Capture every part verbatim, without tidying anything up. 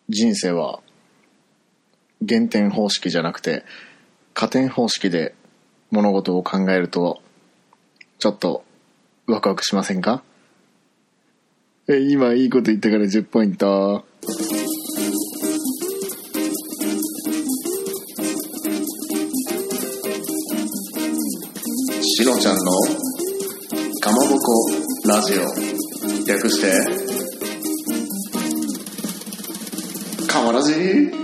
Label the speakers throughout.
Speaker 1: 人生は減点方式じゃなくて加点方式で物事を考えるとちょっとワクワクしませんか？え、今いいこと言ったからじゅうポイント。しのちゃんのかまぼこラジオ、略してかまラジ。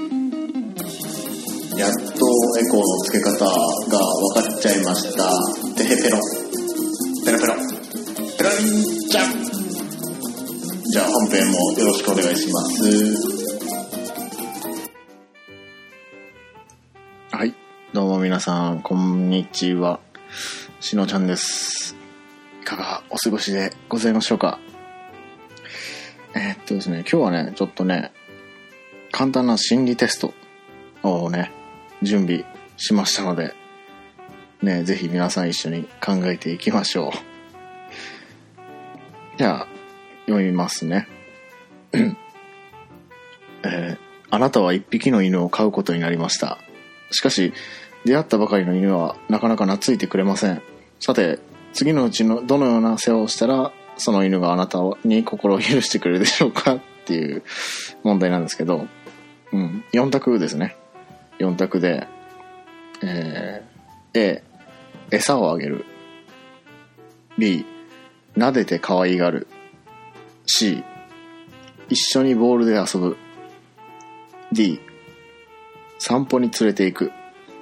Speaker 1: やっとエコーの付け方が分かっちゃいました。てへペロペロペロペロリンちゃん。じゃあ本編もよろしくお願いします。はい、どうも皆さんこんにちは、しのちゃんです。いかがお過ごしでございましょうか？えー、っとですね今日はねちょっとね簡単な心理テストをね準備しましたのでね、ぜひ皆さん一緒に考えていきましょう。じゃあ読みますね、えー、あなたは一匹の犬を飼うことになりました。しかし出会ったばかりの犬はなかなか懐いてくれません。さて次のうちのどのような世話をしたらその犬があなたに心を許してくれるでしょうかっていう問題なんですけど、うん、よん択ですね。よん択で、えー、A 餌をあげる、 B 撫でて可愛がる、 C 一緒にボールで遊ぶ、 D 散歩に連れて行く。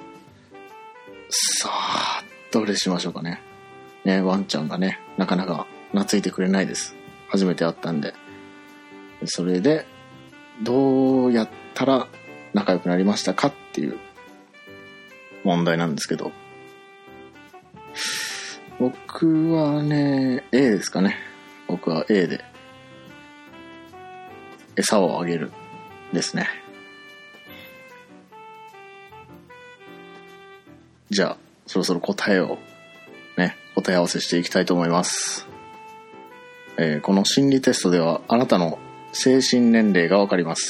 Speaker 1: さあどれしましょうかね。ね、ワンちゃんがねなかなか懐いてくれないです。初めて会ったんで。それでどうやったら仲良くなりましたかっていう問題なんですけど、僕はね A ですかね。僕は A で餌をあげるですね。じゃあそろそろ答えをね答え合わせしていきたいと思います。えー、この心理テストではあなたの精神年齢がわかります。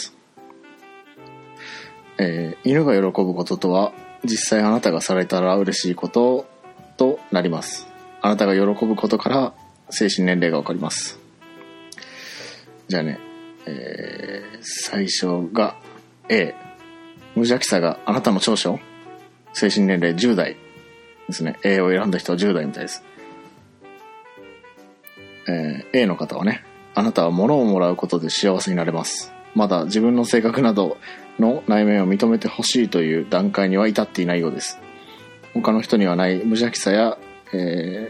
Speaker 1: えー、犬が喜ぶこととは実際あなたがされたら嬉しいこととなります。あなたが喜ぶことから精神年齢がわかります。じゃあね、えー、最初が A、 無邪気さがあなたの長所、精神年齢じゅう代ですね。 A を選んだ人はじゅう代みたいです。えー、A の方はね、あなたは物をもらうことで幸せになれます。まだ自分の性格などの内面を認めてほしいという段階には至っていないようです。他の人にはない無邪気さや、え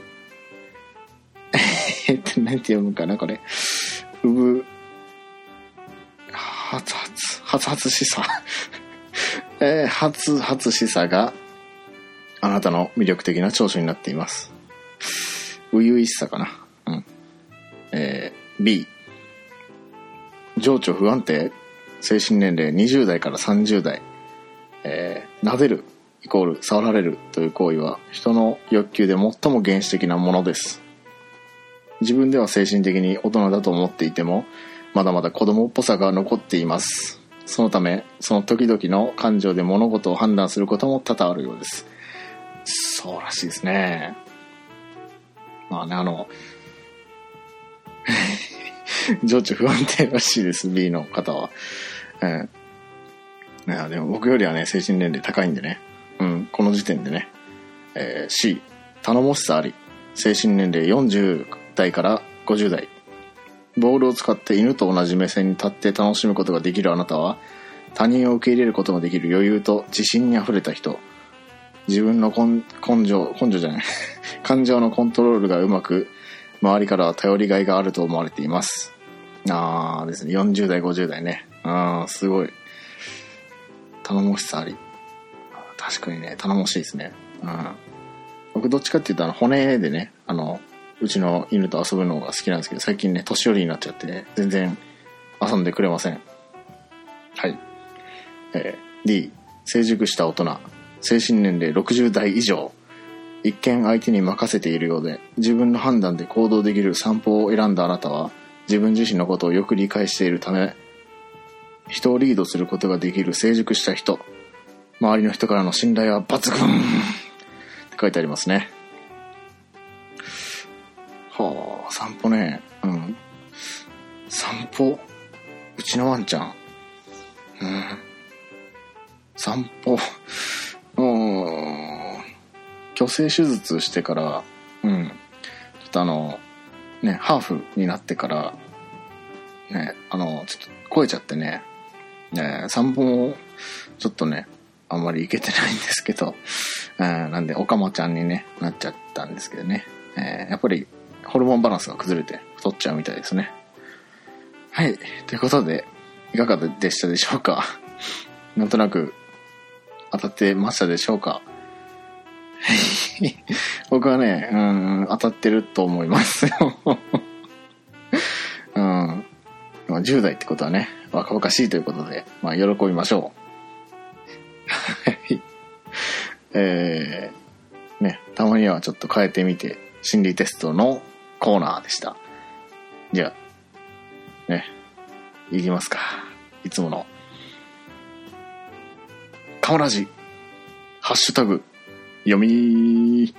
Speaker 1: ー、なんて読むかなこれ、うぶはつはつはつはつしさえー、はつはつしさがあなたの魅力的な長所になっています。初々しさかな。うん。えー、B、情緒不安定、精神年齢にじゅう代からさんじゅう代、えー、撫でるイコール触られるという行為は人の欲求で最も原始的なものです。自分では精神的に大人だと思っていてもまだまだ子供っぽさが残っています。そのためその時々の感情で物事を判断することも多々あるようです。そうらしいですね。まあね、あの情緒不安定らしいです B の方は。えー、でも僕よりはね精神年齢高いんでね、うん、この時点でね、えー、C 頼もしさあり、精神年齢よんじゅう代からごじゅう代、ボールを使って犬と同じ目線に立って楽しむことができるあなたは他人を受け入れることのできる余裕と自信にあふれた人、自分の根性根性じゃない感情のコントロールがうまく、周りからは頼りがいがあると思われています。あーですね、よんじゅう代ごじゅう代ね。あーすごい頼もしさあり。確かにね頼もしいですね。うん、僕どっちかっていうとあの骨でね、あのうちの犬と遊ぶのが好きなんですけど、最近ね年寄りになっちゃって、ね、全然遊んでくれません。はい、えー、D 成熟した大人、精神年齢ろくじゅう代以上、一見相手に任せているようで自分の判断で行動できる散歩を選んだあなたは自分自身のことをよく理解しているため人をリードすることができる成熟した人。周りの人からの信頼は抜群って書いてありますね。はあ、散歩ね。うん。散歩。うちのワンちゃん。うん。散歩。うーん。去勢手術してから、うん。ちょっとあの、ね、ハーフになってから、ね、あの、ちょっと超えちゃってね、ね、散歩も、ちょっとね、あんまり行けてないんですけど、うん、なんで、オカマちゃんにね、なっちゃったんですけどね。えー、やっぱり、ホルモンバランスが崩れて太っちゃうみたいですね。はい。ということで、いかがでしたでしょうか。なんとなく、当たってましたでしょうか。僕はね、うん、当たってると思いますよ。うん。じゅう代ってことはね、若々しいということで、まあ、喜びましょう。はい。えー、ね、たまにはちょっと変えてみて、心理テストのコーナーでした。じゃあ、ね、いきますか。いつもの。かわらじ、ハッシュタグ、読みー。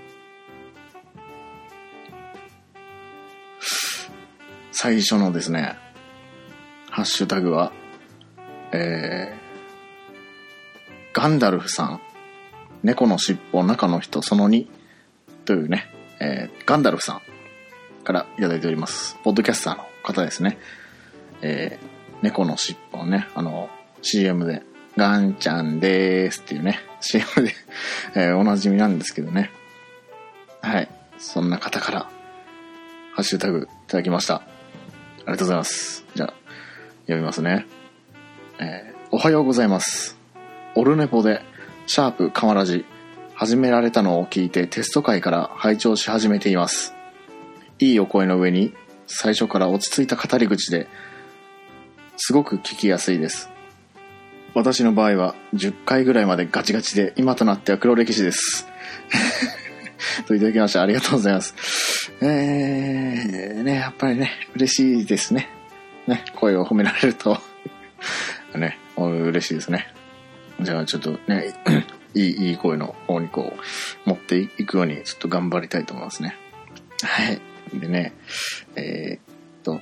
Speaker 1: 最初のですね、ハッシュタグは、えー、ガンダルフさん、猫の尻尾中の人そのにというね、えー、ガンダルフさんからいただいております。ポッドキャスターの方ですね。えー、猫の尻尾ね、あの シーエム でガンちゃんでーすっていうね シーエム で、えー、おなじみなんですけどね。はい、そんな方からハッシュタグいただきました。ありがとうございます。じゃあ読みますね。えー、おはようございます。オルネポでシャープカマラジ始められたのを聞いてテスト会から拝聴し始めています。いいお声の上に最初から落ち着いた語り口ですごく聞きやすいです。私の場合はじゅっかいぐらいまでガチガチで今となっては黒歴史です。といただきました。ありがとうございます。えー、ね、やっぱりね、嬉しいですね。ね、声を褒められるとね、嬉しいですね。じゃあちょっとね、いい、いい声の方にこう、持っていくようにちょっと頑張りたいと思いますね。はい。でね、えー、っと、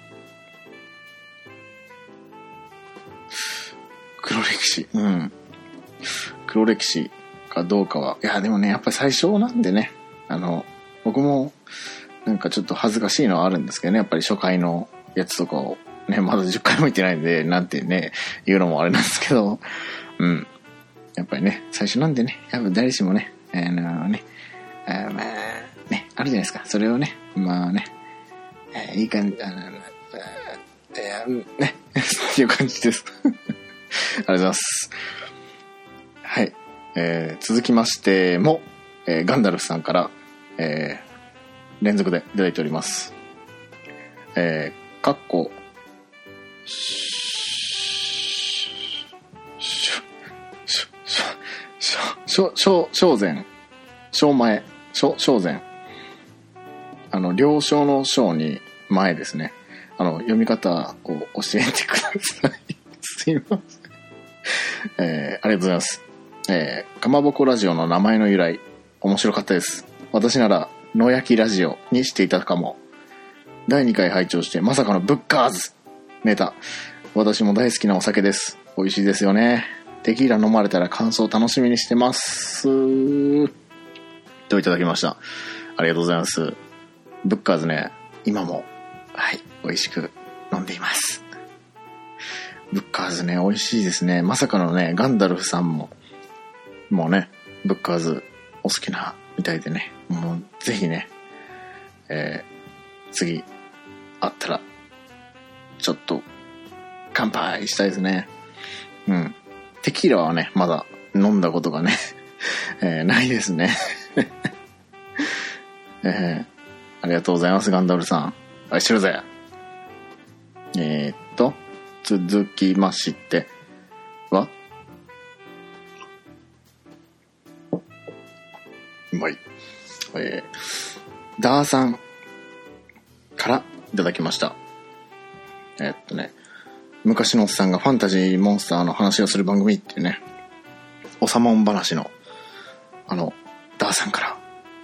Speaker 1: 黒歴史。うん。黒歴史かどうかは、いや、でもね、やっぱり最初なんでね、あの、僕も、なんかちょっと恥ずかしいのはあるんですけどね、やっぱり初回のやつとかを、ね、まだじゅっかいも行ってないんで、なんてね、言うのもあれなんですけど、うん。やっぱりね、最初なんでね、やっぱ誰しもね、あのね、あまあ、ね、あるじゃないですか。それをね、まあね、えー、いい感じ、あの、えー、ね、っていう感じです。ありがとうございます。はい。えー、続きましても、えー、ガンダルフさんから、えー、連続でいただいております。えー、かっこ、しょ、しょ、しょうぜん。しょう前。しょ、しょうぜん。あの、了承の章に前ですね。あの、読み方を教えてください。すいません。えー、ありがとうございます。えー、かまぼこラジオの名前の由来、面白かったです。私なら、野焼きラジオにしていたかも。だいにかい拝聴して、まさかのブッカーズネタ。私も大好きなお酒です。美味しいですよね。テキーラ飲まれたら感想楽しみにしてます。といただきました。ありがとうございます。ブッカーズね、今も、はい、美味しく飲んでいます。ブッカーズね、美味しいですね。まさかのね、ガンダルフさんも、もうね、ブッカーズお好きなみたいでね、もうぜひね、えー、次、会ったら、ちょっと、乾杯したいですね。うん。テキーラはね、まだ飲んだことがね、えー、ないですね。えー、ありがとうございます、ガンダルさん。愛してるぜ。えー、っと、続きましては、うまい。えー、ダーさんからいただきました。えー、っとね、 昔のおっさんがファンタジーモンスターの話をする番組っていうね、おさもん話のあのダーさんから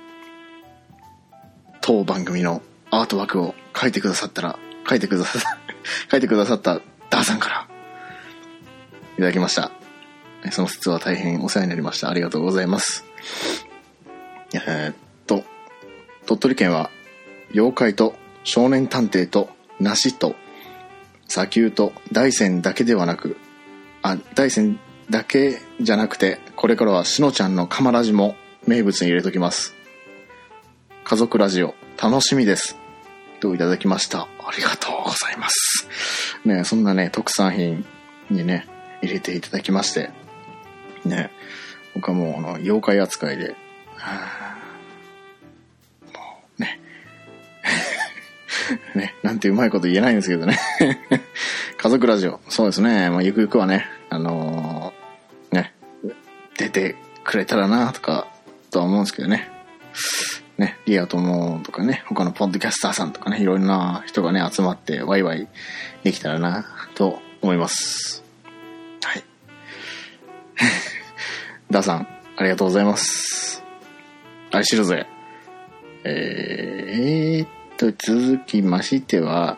Speaker 1: 当番組のアートワークを書いてくださったら書いてくださ書いてくださったダーさんからいただきました。その説は大変お世話になりました。ありがとうございます。えー、っと鳥取県は妖怪と少年探偵と梨と砂丘と大山だけではなく、あ、大山だけじゃなくて、これからはしのちゃんのカマラジも名物に入れときます。家族ラジオ楽しみです。といただきました。ありがとうございます。ね、そんなね、特産品にね、入れていただきまして、ね、僕はもうあの妖怪扱いで、はあ、もうね、ね、なんてうまいこと言えないんですけどね。家族ラジオ、そうですね、まあ、ゆくゆくはね、あのー、ね、出てくれたらなとかとは思うんですけどね。ね、リア友とかね、他のポッドキャスターさんとかね、いろんな人がね、集まってワイワイできたらなと思います。はい。ダーさん、ありがとうございます。愛しるぜ。えーっと、続きましては、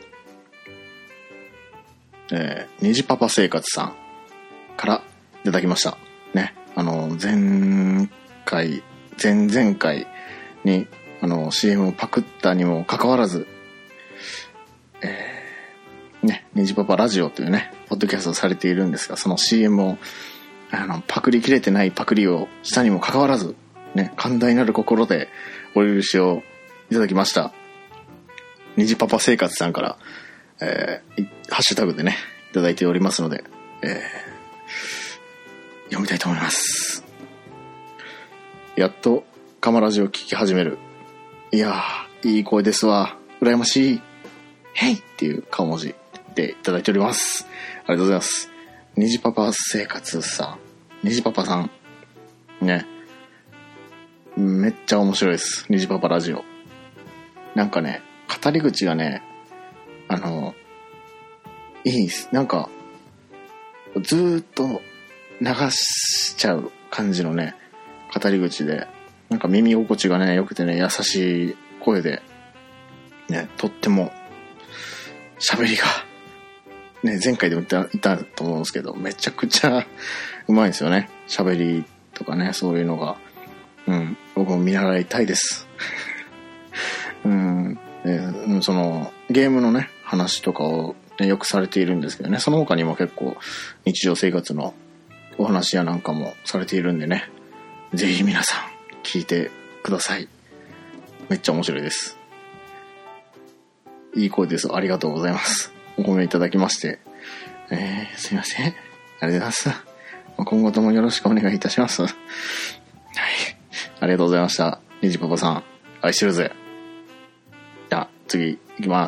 Speaker 1: えー、にじパパ生活さんからいただきました。ね、あの、前回、前々回に、あの、シーエム をパクったにもかかわらず、えー、ね、にじパパラジオというね、ポッドキャストをされているんですが、その シーエム を、あの、パクりきれてないパクリをしたにもかかわらず、ね、寛大なる心でお許しをいただきました。にじパパ生活さんから、えー、ハッシュタグでね、いただいておりますので、えー、読みたいと思います。やっとカマラジを聞き始める。いやー、いい声ですわ。羨ましい。へいっていう顔文字でいただいております。ありがとうございます。にじパパ生活さん、にじパパさん、ね、めっちゃ面白いです。にじパパラジオ。なんかね、語り口がね、あの、いいです。なんか、ずーっと流しちゃう感じのね、語り口で、なんか耳心地がね、良くてね、優しい声で、ね、とっても、喋りが、ね、前回でも言った、言ったと思うんですけど、めちゃくちゃうまいですよね。喋りとかね、そういうのが。うん、僕も見習いたいです。うん、えその、ゲームのね、話とかを、ね、よくされているんですけどね、その他にも結構、日常生活のお話やなんかもされているんでね、ぜひ皆さん、聞いてください。めっちゃ面白いです。いい声です。ありがとうございます。お褒めいただきまして、えー、すいません。ありがとうございます。今後ともよろしくお願いいたします。はい。ありがとうございました。にじパパさん、愛してるぜ。じゃあ、次、行きます。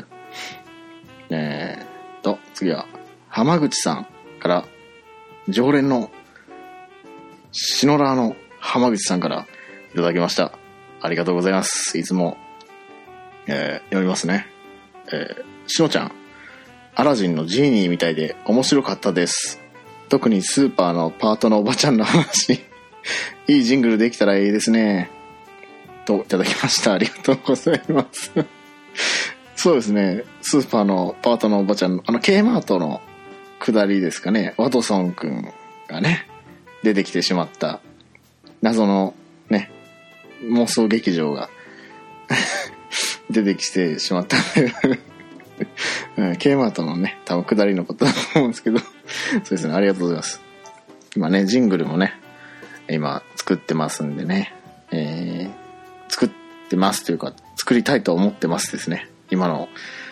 Speaker 1: えーと、次は、浜口さんから、常連の、シノラーの浜口さんからいただきました。ありがとうございます。いつも、えー、読みますね。えー、しのちゃん、アラジンのジーニーみたいで面白かったです。特にスーパーのパートのおばちゃんの話、いいジングルできたらいいですね。といただきました。ありがとうございます。そうですね。スーパーのパートのおばちゃんの、あの、K マートの下りですかね。ワトソンくんがね、出てきてしまった謎のね、妄想劇場が出てきてしまったうん、K マートのね、多分下りのことだと思うんですけどそうですね、ありがとうございます。今ね、ジングルもね、今作ってますんでね、えー、作ってますというか、作りたいと思ってますですね。今の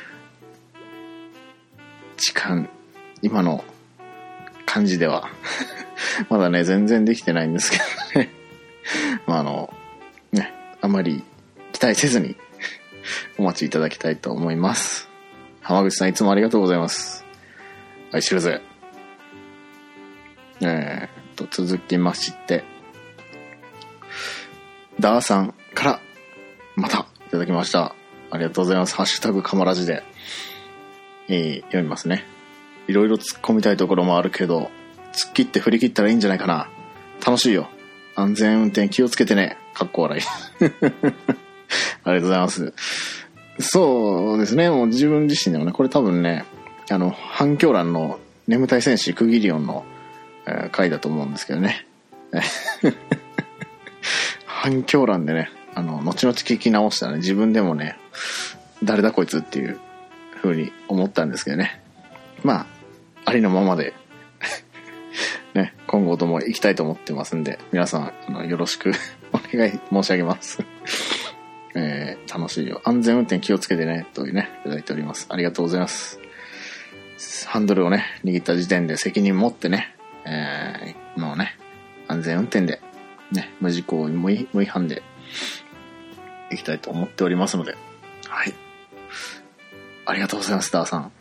Speaker 1: 時間、今の感じではまだね、全然できてないんですけどねまああのね、あまり期待せずにお待ちいただきたいと思います。浜口さん、いつもありがとうございます。愛してるぜ。えーと続きまして、ダーさんからまたいただきました。ありがとうございます。ハッシュタグカマラジで、えー、読みますね。 いろいろ突っ込みたいところもあるけど、突っ切って振り切ったらいいんじゃないかな。楽しいよ。安全運転気をつけてね。かっこ笑い。ありがとうございます。そうですね。もう自分自身でもね、これ多分ね、あの、反響欄の眠たい戦士クギリオンの、えー、回だと思うんですけどね。反響欄でね、あの、後々聞き直したらね、自分でもね、誰だこいつっていう風に思ったんですけどね。まあ、ありのままで、ね、今後とも行きたいと思ってますんで、皆さん、あのよろしくお願い申し上げます。えー、楽しいよ。安全運転気をつけてね、というね、いただいております。ありがとうございます。ハンドルをね、握った時点で責任持ってね、えー、もうね、安全運転で、ね、無事故無違、無違反でいきたいと思っておりますので、はい。ありがとうございます、ダーさん。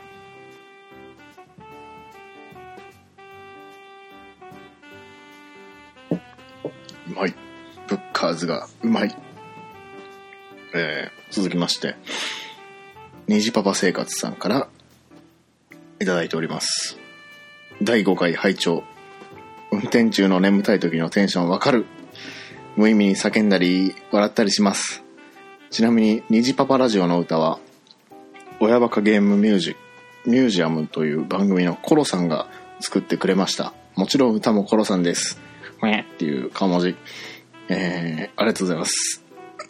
Speaker 1: うまい。ブッカーズがうまい。えー、続きまして、虹パパ生活さんからいただいております。だいごかい拝聴。運転中の眠たい時のテンションわかる。無意味に叫んだり笑ったりします。ちなみに虹パパラジオの歌は親バカゲームミュージミュージアムという番組のコロさんが作ってくれました。もちろん歌もコロさんです。ほえっていう顔文字。えー、ありがとうございます。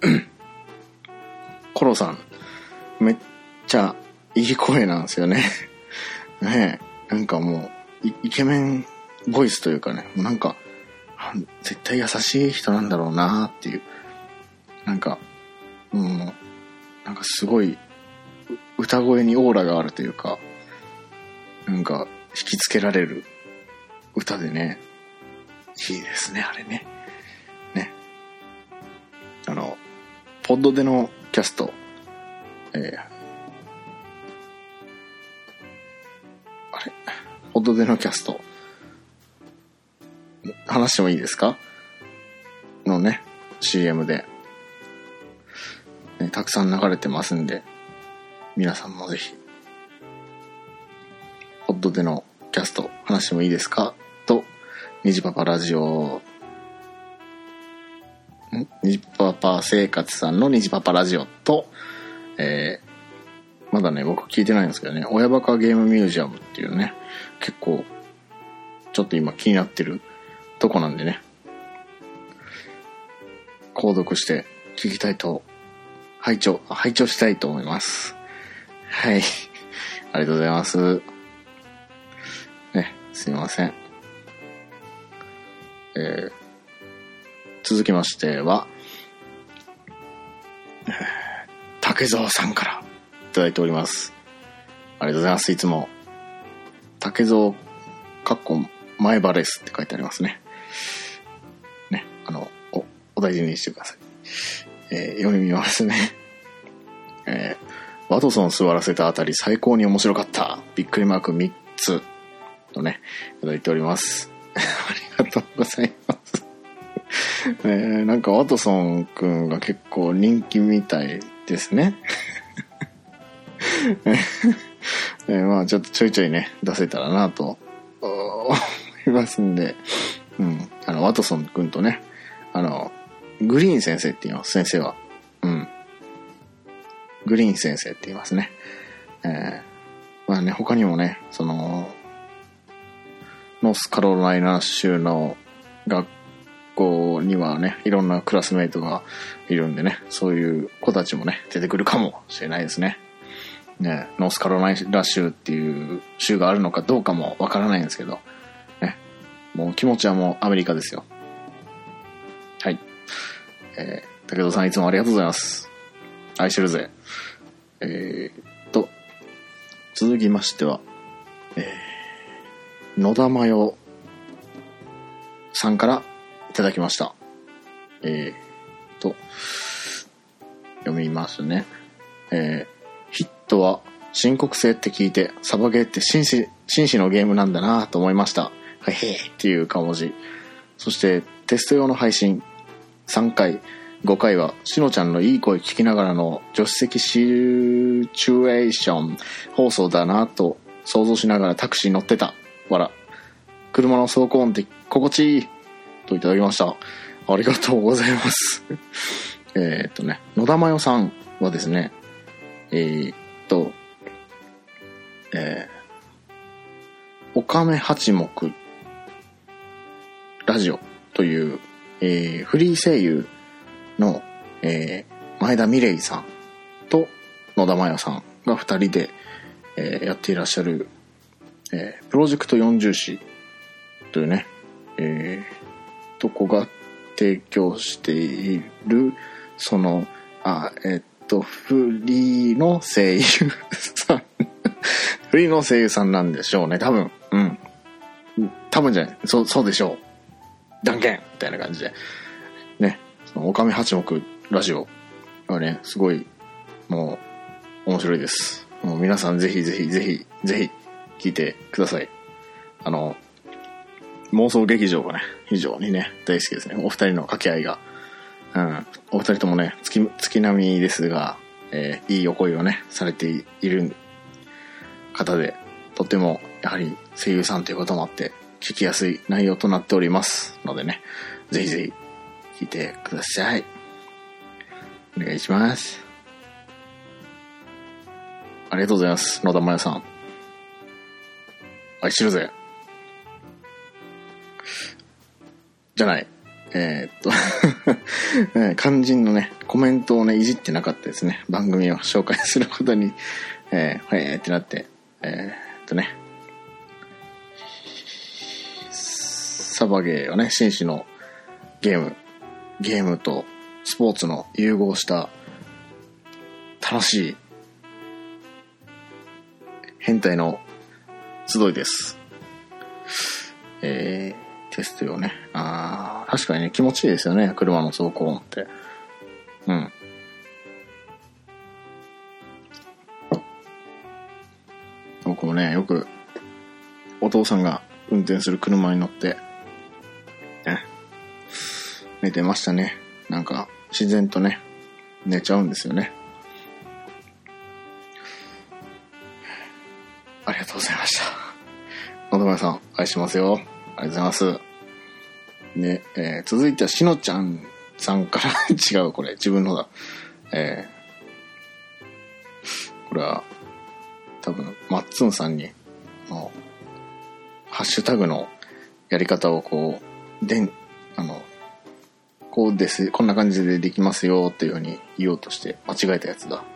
Speaker 1: コロさん、めっちゃいい声なんですよね。ねえ、なんかもうイ、イケメンボイスというかね、もうなんか、絶対優しい人なんだろうなっていう。なんか、うん、なんかすごい、歌声にオーラがあるというか、なんか、引きつけられる歌でね、いいですね、あれね。ね。あの、ポッドでのキャスト、えー、あれ、ポッドでのキャスト、話してもいいですかのね、シーエム で、ね、たくさん流れてますんで、皆さんもぜひ、ポッドでのキャスト話してもいいですかと、虹パパラジオ、ん虹パパ生活さんの虹パパラジオと、えー、まだね、僕聞いてないんですけどね、親バカゲームミュージアムっていうね、結構、ちょっと今気になってるとこなんでね、購読して聞きたいと、拝聴、拝聴したいと思います。はい。ありがとうございます。ね、すいません。えー、続きましては、えー、竹蔵さんからいただいております。ありがとうございます。いつも、竹蔵、かっこ前歯レスって書いてありますね。ね、あの、お、お大事にしてください。えー、読みますね。えー、ワトソン座らせたあたり最高に面白かった。びっくりマークみっつとね、いただいております。ありがとうございます。えー、なんかワトソンくんが結構人気みたいですね。えー、まあちょっとちょいちょいね、出せたらなと思いますんで、うん、あの、ワトソンくんとね、あの、グリーン先生って言います、先生は。うん。グリーン先生って言いますね。えー、まあね、他にもね、その、ノースカロライナ州の学校にはね、いろんなクラスメイトがいるんでね、そういう子たちもね、出てくるかもしれないですね。ね、ノースカロライナ州っていう州があるのかどうかもわからないんですけど、ね、もう気持ちはもうアメリカですよ。はい。えー、武藤さんいつもありがとうございます。愛してるぜ。えー、と、続きましては、えー、野田真代さんからいただきました。えー、と、読みますね。えー、ヒットは深刻性って聞いて、サバゲーって紳士、紳士のゲームなんだなと思いました。はいへーっていう顔文字。そしてテスト用の配信さんかい、ごかいはしのちゃんのいい声聞きながらの助手席シチュエーション放送だなと想像しながらタクシー乗ってた。わら。車の走行音って心地いい。といただきました。ありがとうございます。えっとね、野田真代さんはですね、えー、っと、えー、おかめ八目ラジオという、えー、フリー声優の、えー、前田美玲さんと野田真代さんが二人で、えー、やっていらっしゃる、えー、プロジェクト四重視というね、えー、とこが提供しているそのあえー、っとフリーの声優さんフリーの声優さんなんでしょうね、多分。うん多分じゃない、そうそうでしょう、断言みたいな感じでね、そのおかみ八目ラジオはね、すごいもう面白いです。もう皆さんぜひぜひぜひぜひ聞いてください。あの妄想劇場がね非常にね大好きですね。お二人の掛け合いが、うん、お二人ともね月月並みですが、えー、いいお声をねされている方で、とてもやはり声優さんということもあって聞きやすい内容となっておりますのでね、ぜひぜひ聞いてください。お願いします。ありがとうございます。野田真代さん、愛してるぜ。じゃないえー、っと肝心のねコメントをねいじってなかったですね。番組を紹介することにえー、はいってなって、えー、っとねサバゲーはね、紳士のゲームゲームとスポーツの融合した楽しい変態の集いです。えー、テストよね。あー、確かにね気持ちいいですよね、車の走行音って。うん。僕もねよくお父さんが運転する車に乗ってね寝てましたね。なんか自然とね寝ちゃうんですよね。ありがとうございました。野田真代さん愛しますよ。ありがとうございます。ね、えー、続いてはしのちゃんさんから違う、これ自分のだ。えー、これは多分マッツンさんにのハッシュタグのやり方をこうでんあのこうです、こんな感じでできますよっていう風に言おうとして間違えたやつだ。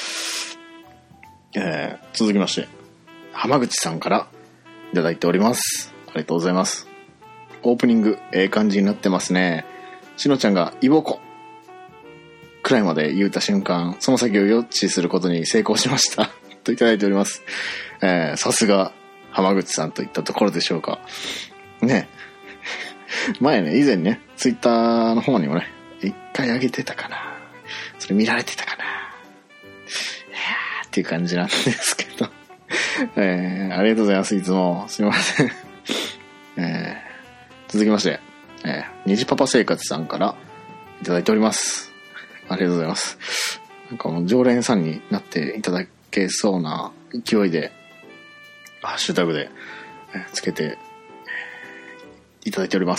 Speaker 1: えー、続きまして浜口さんからいただいております。ありがとうございます。オープニングええ感じになってますね。しのちゃんがイボコくらいまで言うた瞬間、その先を予知することに成功しましたといただいております。えー、さすが浜口さんといったところでしょうかね。前ね以前ねツイッターの方にもね一回上げてたかな、それ見られてたかな、いやーっていう感じなんですけどえー、ありがとうございます。いつもすみません、えー、続きまして、えー、虹パパ生活さんからいただいております。ありがとうございます。なんかもう常連さんになっていただけそうな勢いでハッシュタグでつけていただいております。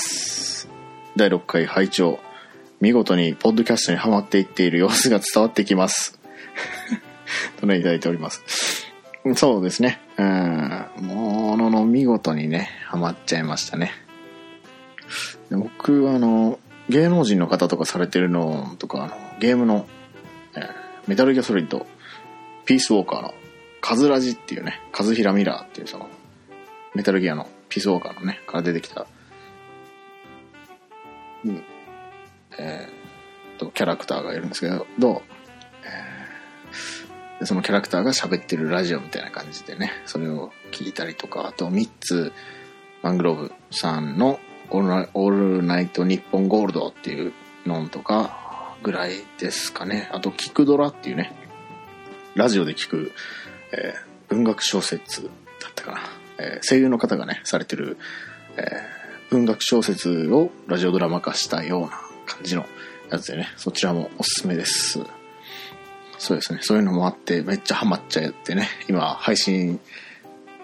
Speaker 1: だいろっかい拝聴、見事にポッドキャストにハマっていっている様子が伝わってきますとねいただいております。そうですね、うん、ものの見事にねハマっちゃいましたね。僕あの芸能人の方とかされてるのとか、あのゲームの、えー、メタルギアソリッドピースウォーカーのカズラジっていうね、カズヒラミラーっていうそのメタルギアのピースウォーカーのねから出てきた、うん、えー、とキャラクターがいるんですけど、どう、えー、でそのキャラクターが喋ってるラジオみたいな感じでね、それを聞いたりとか、あとみっつマングローブさんのオールナイ、オールナイトニッポンゴールドっていうのとかぐらいですかね。あとキクドラっていうねラジオで聞く、えー、文学小説だったかな、えー、声優の方がねされてる、えー、文学小説をラジオドラマ化したような感じのやつでね、そちらもおすすめです。そうですね、そういうのもあってめっちゃハマっちゃってね、今配信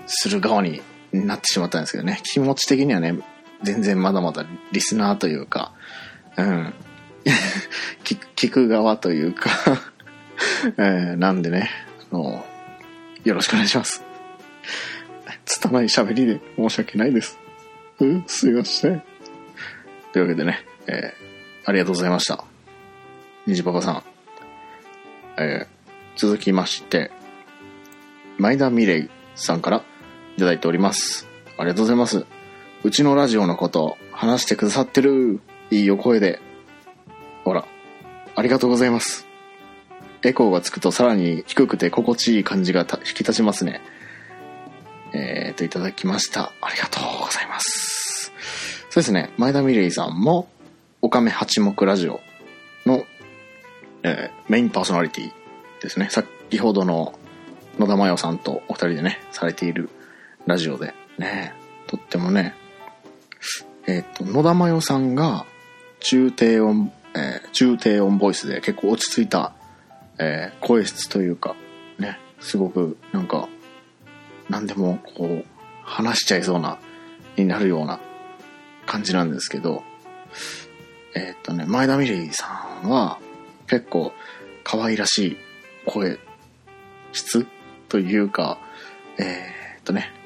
Speaker 1: する側になってしまったんですけどね、気持ち的にはね、全然まだまだリスナーというか、うん、聞, 聞く側というか、えー、なんでね、あの、よろしくお願いします。拙い喋りで申し訳ないです。うん、すいません。というわけでね、えー、ありがとうございました。にじパパさん。えー、続きまして、前田美玲さんからいただいております。ありがとうございます。うちのラジオのことを話してくださってる。いいお声で。ほら、ありがとうございます。エコーがつくとさらに低くて心地いい感じが引き立ちますね。えーと、いただきました。ありがとうございます。そうですね、前田美玲さんも、おかめ八目ラジオの、えー、メインパーソナリティですね。先ほどの野田真代さんとお二人でね、されているラジオでね、とってもね、えっと、野田真代さんが中低音、えー、中低音ボイスで結構落ち着いた、えー、声質というか、ね、すごくなんか、何でもこう、話しちゃいそうな、になるような感じなんですけど、えっとね、前田美玲さんは結構可愛らしい声質というか、えー、っとね、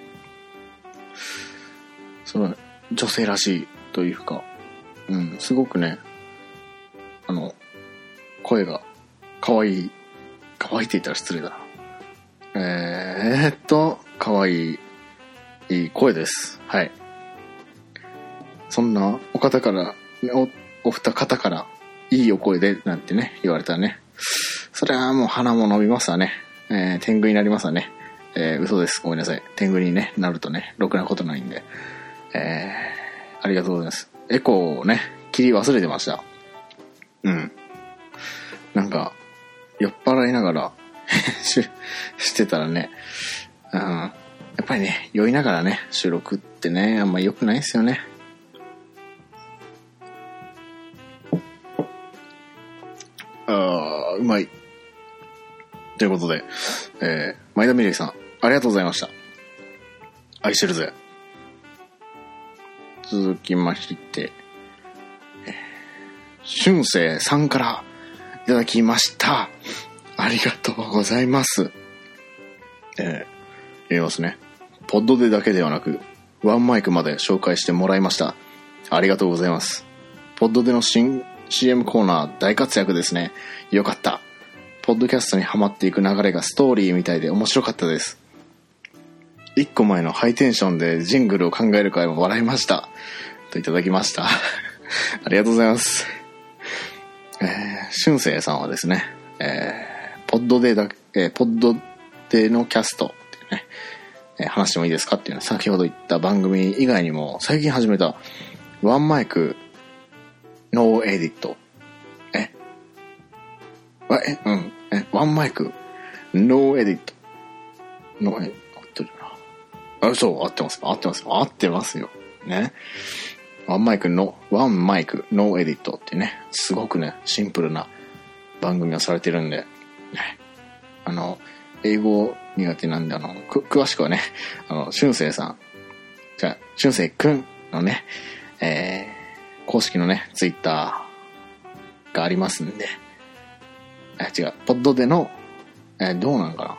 Speaker 1: その女性らしいというか、うん、すごくね、あの、声が可愛い、可愛いって言ったら失礼だな。えーっと、可愛い、いい声です。はい。そんなお方から、お、お二方から、いいお声で、なんてね、言われたらね。それはもう鼻も伸びますわね。えー、天狗になりますわね。えー、嘘です。ごめんなさい。天狗にね、なるとね、ろくなことないんで。えー、ありがとうございます。エコーをね、切り忘れてました。うん。なんか、酔っ払いながらし、してたらね、うん、やっぱりね、酔いながらね、収録ってね、あんま良くないですよね。あー、うまい。ということで、えー、前田美玲さん、ありがとうございました。愛してるぜ。続きまして、えー、俊生さんからいただきました。ありがとうございます。えー、読みますね。ポッドでだけではなく、ワンマイクまで紹介してもらいました。ありがとうございます。ポッドでの新 シーエム コーナー大活躍ですね。よかった。ポッドキャストにハマっていく流れがストーリーみたいで面白かったです。一個前のハイテンションでジングルを考える会も笑いました。といただきました。ありがとうございます。えー、俊生さんはですね、えー、ポッドでだけ、えー、ポッドでのキャストっていうね、えー、話してもいいですかっていうね、先ほど言った番組以外にも最近始めたワンマイクノーエディット。ええ、うん。え、ワンマイクノーエディット。ノーエディット。合ってるな。あ、そう、合ってます。合ってます。合ってますよ。ね。ワンマイクの、ワンマイクノーエディットってね、すごくね、シンプルな番組をされてるんで、ね。あの、英語苦手なんで、あの、く、詳しくはね、あの、俊生さん、じゃあ、俊生くんのね、えー、公式のね、ツイッターがありますんで、え、違う、ポッドでの、え、どうなんかな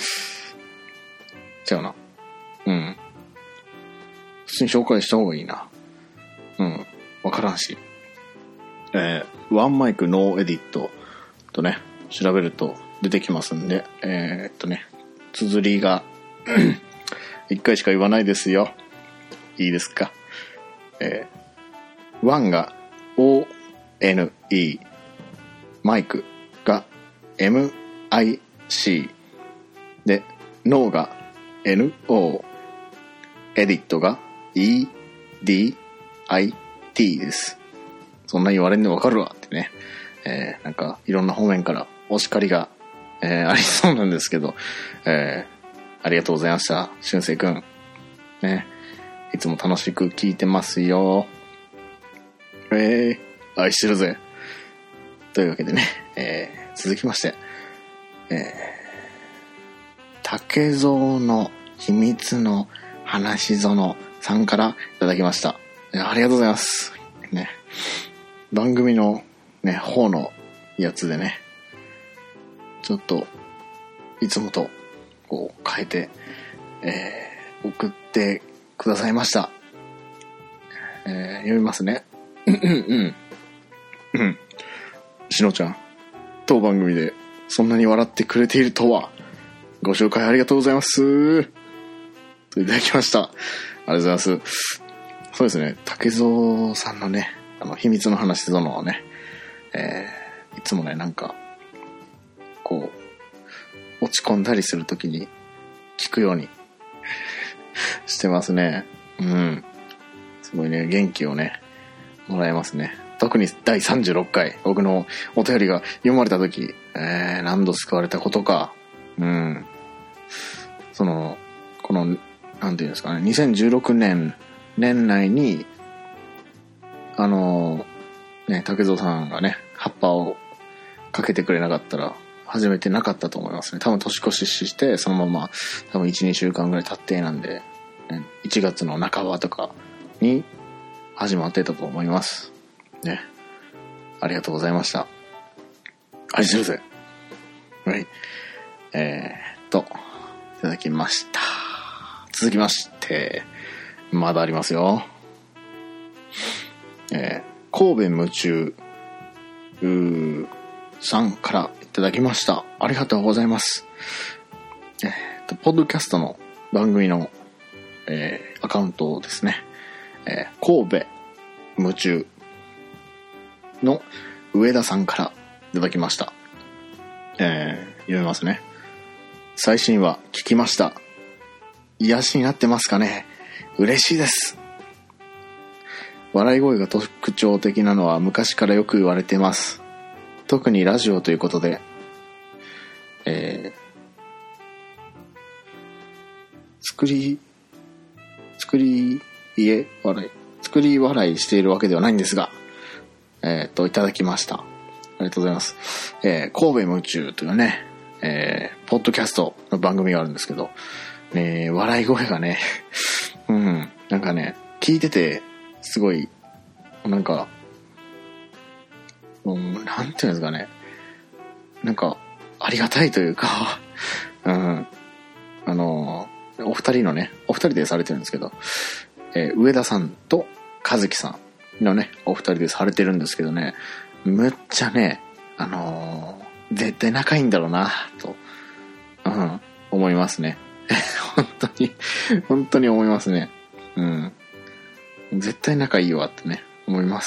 Speaker 1: 違うな。うん。普通に紹介した方がいいな。うん。わからんし。えー、ワンマイクノーエディットとね、調べると出てきますんで、えー、っとね、綴りが、一回しか言わないですよ。いいですか。えー、ワンが オーエヌイー、マイクが エムアイシー で、ノーが エヌオー、エディットが イーディーアイティー です。そんな言われんでわかるわってね、えー、なんかいろんな方面からお叱りが、えー、ありそうなんですけど、えー、ありがとうございました、俊生くん。ね、いつも楽しく聞いてますよ。えー、愛してるぜ。というわけでね、えー、続きまして、えー、竹蔵の秘密の話園さんからいただきました。ありがとうございます。ね。番組のね、方のやつでね、ちょっと、いつもと、こう、変えて、えー、送ってくださいました。えー、読みますね。うんうんうん。うん。しのちゃん、当番組でそんなに笑ってくれているとは、ご紹介ありがとうございます。といただきました。ありがとうございます。そうですね、竹蔵さんのね、あの、秘密の話園をね、えー、いつもね、なんか、こう、落ち込んだりするときに聞くようにしてますね。うん。すごいね、元気をね、もらえますね。特にだいさんじゅうろっかい、僕のお便りが読まれたとき、えー、何度救われたことか。うん。その、この、なんていうんですかね、にせんじゅうろくねん年内に、あの、ね、竹蔵さんがね、葉っぱをかけてくれなかったら、始めてなかったと思いますね。多分年越しして、そのまま、多分いち、にしゅうかんぐらい経ってなんで、いちがつの半ばとかに始まってたと思います。ね。ありがとうございました。愛してるぜ。はい。えーっと、いただきました。続きまして、まだありますよ。えー、神戸夢中うーさんからいただきました。ありがとうございます。えーっと、ポッドキャストの番組の、えー、アカウントですね。えー、神戸夢中の上田さんからいただきました。えー、読みますね。最新話聞きました。癒しになってますかね。嬉しいです。笑い声が特徴的なのは昔からよく言われています。特にラジオということで、えー、作り、作り家笑い、作り笑いしているわけではないんですが、えっと、いただきました。ありがとうございます。えー、神戸夢中というね、えー、ポッドキャストの番組があるんですけど、ね、笑い声がね、うん、なんかね、聞いてて、すごい、なんか、うん、なんていうんですかね、なんか、ありがたいというか、うん、あの、お二人のね、お二人でされてるんですけど、えー、上田さんと和樹さんのね、お二人でされてるんですけどね、むっちゃね、あのー、絶対仲いいんだろうな、と、うん、思いますね。本当に、本当に思いますね。うん。絶対仲いいわってね、思います。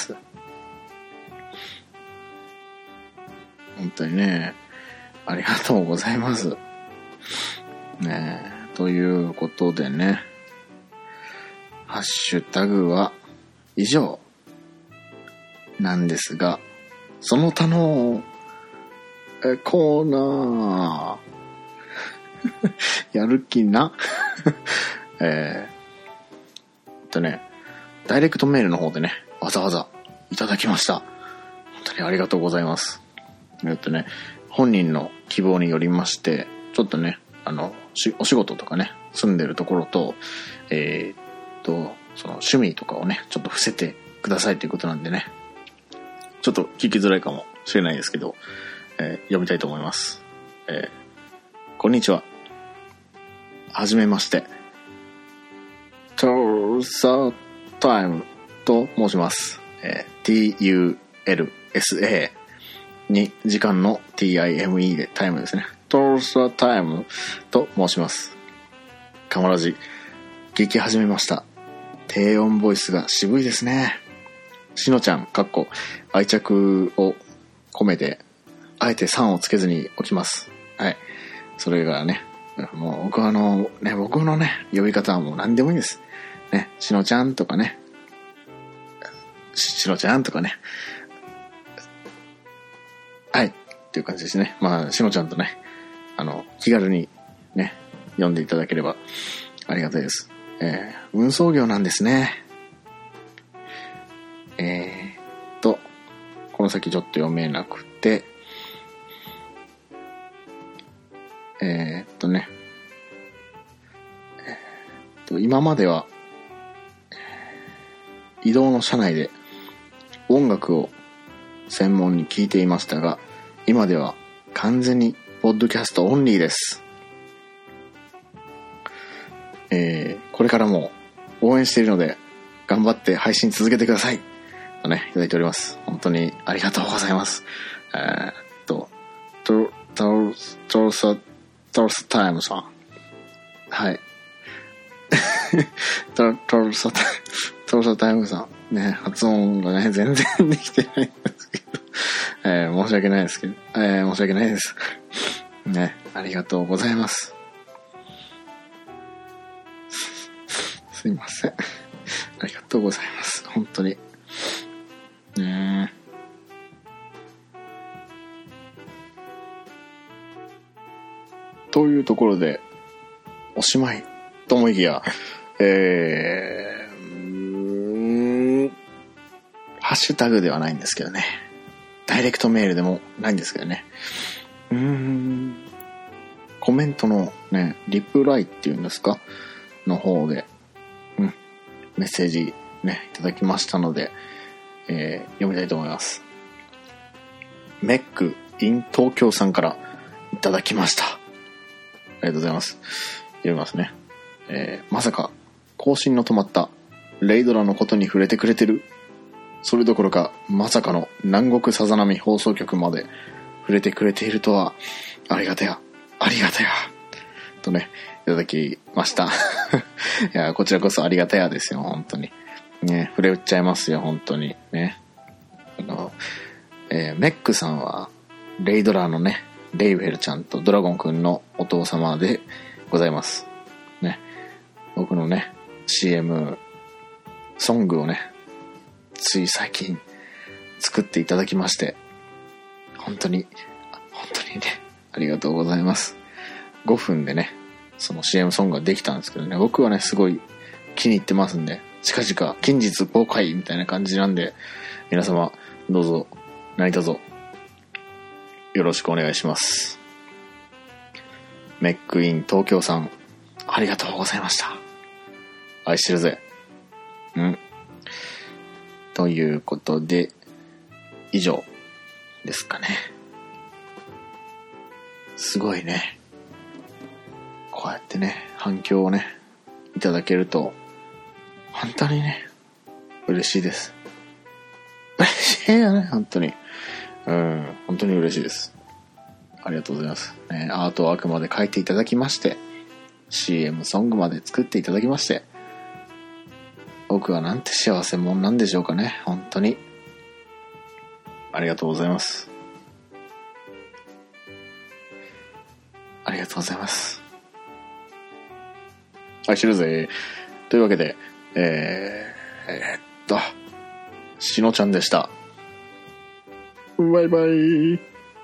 Speaker 1: 本当にね、ありがとうございます。ねえ、ということでね、ハッシュタグは以上なんですが、その他のえコーナーやる気なえー、とね、ダイレクトメールの方でね、わざわざいただきました。本当にありがとうございます。えっとね、本人の希望によりまして、ちょっとね、あの、お仕事とかね、住んでるところと、えー、っと、その趣味とかをね、ちょっと伏せてくださいということなんでね、ちょっと聞きづらいかもしれないですけど、えー、読みたいと思います。えー、こんにちは。はじめまして。トゥルサータイムと申します。えー、ティーユーエルエスエー に時間の ティーアイエムイー でタイムですね。トゥルサータイムと申します。カモラジ、聞き始めました。低音ボイスが渋いですね。しのちゃん、かっこ愛着を込めて、あえてさんをつけずにおきます。はい。それがね、もう僕はあの、ね、僕のね、呼び方はもう何でもいいんです。ね、しのちゃんとかね、し, しのちゃんとかね、はい、っていう感じですね。まあ、しのちゃんとね、あの、気軽にね、読んでいただければありがたいです。えー、運送業なんですね。えーっと、この先ちょっと読めなくて、えーっとね、え今までは移動の車内で音楽を専門に聴いていましたが、今では完全にポッドキャストオンリーです。えー、これからも応援しているので頑張って配信続けてくださいとね、いただいております。本当にありがとうございます。えー、っとトトトルサトルサタイムさん、はいトトルサタイムトルサタイムさんね、発音がね全然できてないんですけど、えー、申し訳ないですけど、えー、申し訳ないですね。ありがとうございます。すいません、ありがとうございます。本当にね。というところでおしまいと思いきや、えー、ハッシュタグではないんですけどね、ダイレクトメールでもないんですけどね、うーんコメントのねリプライっていうんですかの方で、うん、メッセージねいただきましたので、えー、読みたいと思います。メック in 東京さんからいただきました。ありがとうございます。読みますね。えー、まさか更新の止まったレイドラのことに触れてくれてる。それどころかまさかの南国さざ波放送局まで触れてくれているとは、ありがたやありがたやとねいただきましたいやこちらこそありがたやですよ本当にね。触れ打っちゃいますよ本当にね。あの、えー、メックさんはレイドラーのねレイフェルちゃんとドラゴンくんのお父様でございますね。僕のね シーエム ソングをねつい最近作っていただきまして、本当に本当にねありがとうございます。ごふんでねその シーエム ソングができたんですけどね、僕はねすごい気に入ってますんで、近々近日公開みたいな感じなんで、皆様どうぞ何卒よろしくお願いします。メックイン東京さん、ありがとうございました。愛してるぜ。うんということで以上ですかね。すごいね、こうやってね反響をねいただけると本当にね嬉しいです。嬉しいよね本当に。うん本当に嬉しいです。ありがとうございます、ね、アートワークまで書いていただきまして シーエム ソングまで作っていただきまして、僕はなんて幸せ者なんでしょうかね。本当にありがとうございます。ありがとうございます。愛してるぜ。というわけでえー、えー、っとしのちゃんでした。バイバイ。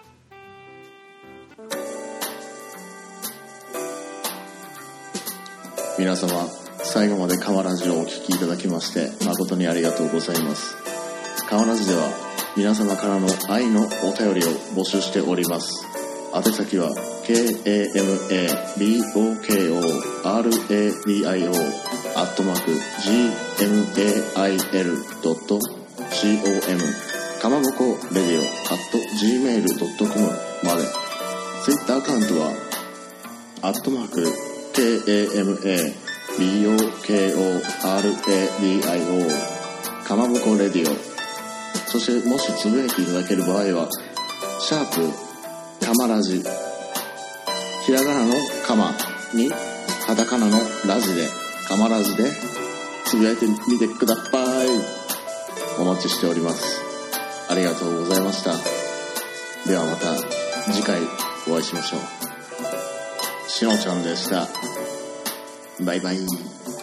Speaker 1: 皆様最後までカワラジをお聞きいただきまして誠にありがとうございます。カワラジでは皆様からの愛のお便りを募集しております。宛先は ケーエーエムエービーオーケーオーアールエーディーアイオー アットマーク ジーエムエーアイエルドットコム かまぼこレディオ アットジーメールドットコム まで。ツイッターアカウントはアットマーク ケーエーエムエービーオーケーオーアールエーディーアイオー かまぼこレディオ。そしてもしつぶやいていただける場合はシャープかまラジ、ひらがなのかまにカタカナのラジでかまラジでつぶやいてみてください。お待ちしております。ありがとうございました。ではまた次回お会いしましょう。しのちゃんでした。バイバイ。